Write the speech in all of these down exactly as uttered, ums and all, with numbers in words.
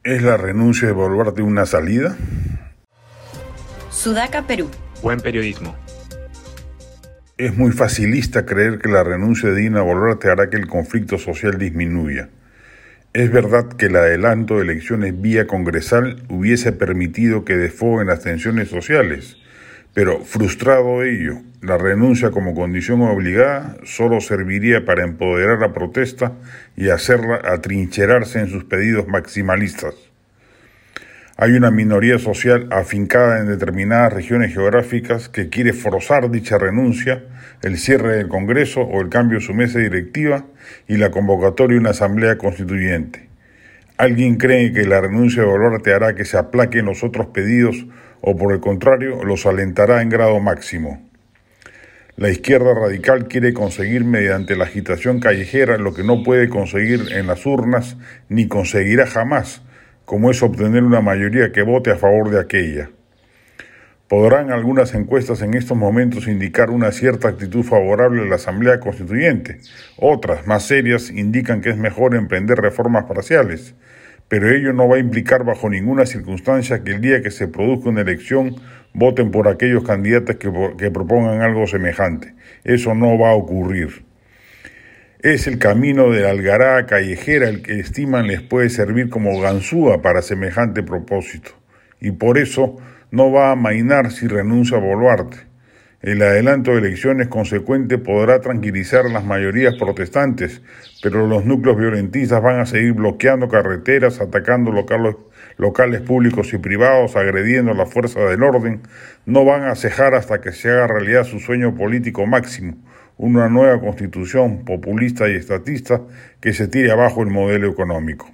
¿Es la renuncia de Boluarte una salida? Sudaca, Perú. Buen periodismo. Es muy facilista creer que la renuncia de Dina Boluarte hará que el conflicto social disminuya. Es verdad que el adelanto de elecciones vía congresal hubiese permitido que desfoguen las tensiones sociales, pero frustrado ello, la renuncia como condición obligada solo serviría para empoderar la protesta y hacerla atrincherarse en sus pedidos maximalistas. Hay una minoría social afincada en determinadas regiones geográficas que quiere forzar dicha renuncia, el cierre del Congreso o el cambio de su mesa directiva y la convocatoria de una asamblea constituyente. ¿Alguien cree que la renuncia de Boluarte hará que se aplaquen los otros pedidos o por el contrario los alentará en grado máximo? La izquierda radical quiere conseguir mediante la agitación callejera lo que no puede conseguir en las urnas ni conseguirá jamás, como es obtener una mayoría que vote a favor de aquella. Podrán algunas encuestas en estos momentos indicar una cierta actitud favorable a la Asamblea Constituyente. Otras, más serias, indican que es mejor emprender reformas parciales. Pero ello no va a implicar bajo ninguna circunstancia que el día que se produzca una elección voten por aquellos candidatos que, que propongan algo semejante. Eso no va a ocurrir. Es el camino de la algarada callejera el que estiman les puede servir como ganzúa para semejante propósito. Y por eso no va a amainar si renuncia a Boluarte. El adelanto de elecciones consecuente podrá tranquilizar a las mayorías protestantes, pero los núcleos violentistas van a seguir bloqueando carreteras, atacando locales, locales públicos y privados, agrediendo a la fuerza del orden. No van a cejar hasta que se haga realidad su sueño político máximo, una nueva constitución populista y estatista que se tire abajo el modelo económico.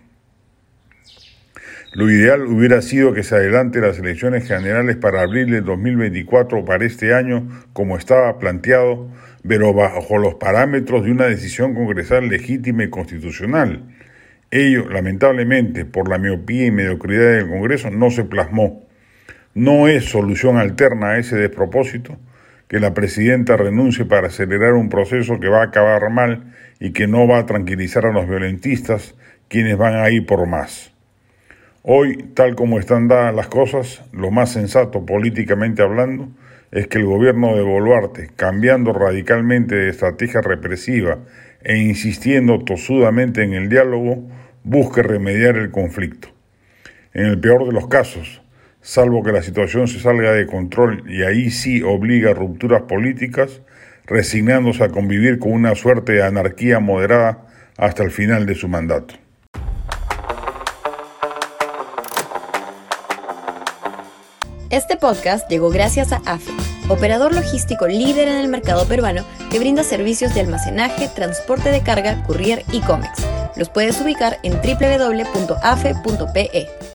Lo ideal hubiera sido que se adelante las elecciones generales para abril del dos mil veinticuatro para este año, como estaba planteado, pero bajo los parámetros de una decisión congresal legítima y constitucional. Ello, lamentablemente, por la miopía y mediocridad del Congreso, no se plasmó. No es solución alterna a ese despropósito que la presidenta renuncie para acelerar un proceso que va a acabar mal y que no va a tranquilizar a los violentistas, quienes van a ir por más. Hoy, tal como están dadas las cosas, lo más sensato políticamente hablando es que el gobierno de Boluarte, cambiando radicalmente de estrategia represiva e insistiendo tosudamente en el diálogo, busque remediar el conflicto. En el peor de los casos, salvo que la situación se salga de control y ahí sí obliga a rupturas políticas, resignándose a convivir con una suerte de anarquía moderada hasta el final de su mandato. Este podcast llegó gracias a AFE, operador logístico líder en el mercado peruano que brinda servicios de almacenaje, transporte de carga, courier y cómex. Los puedes ubicar en doble u doble u doble u punto afe punto pe.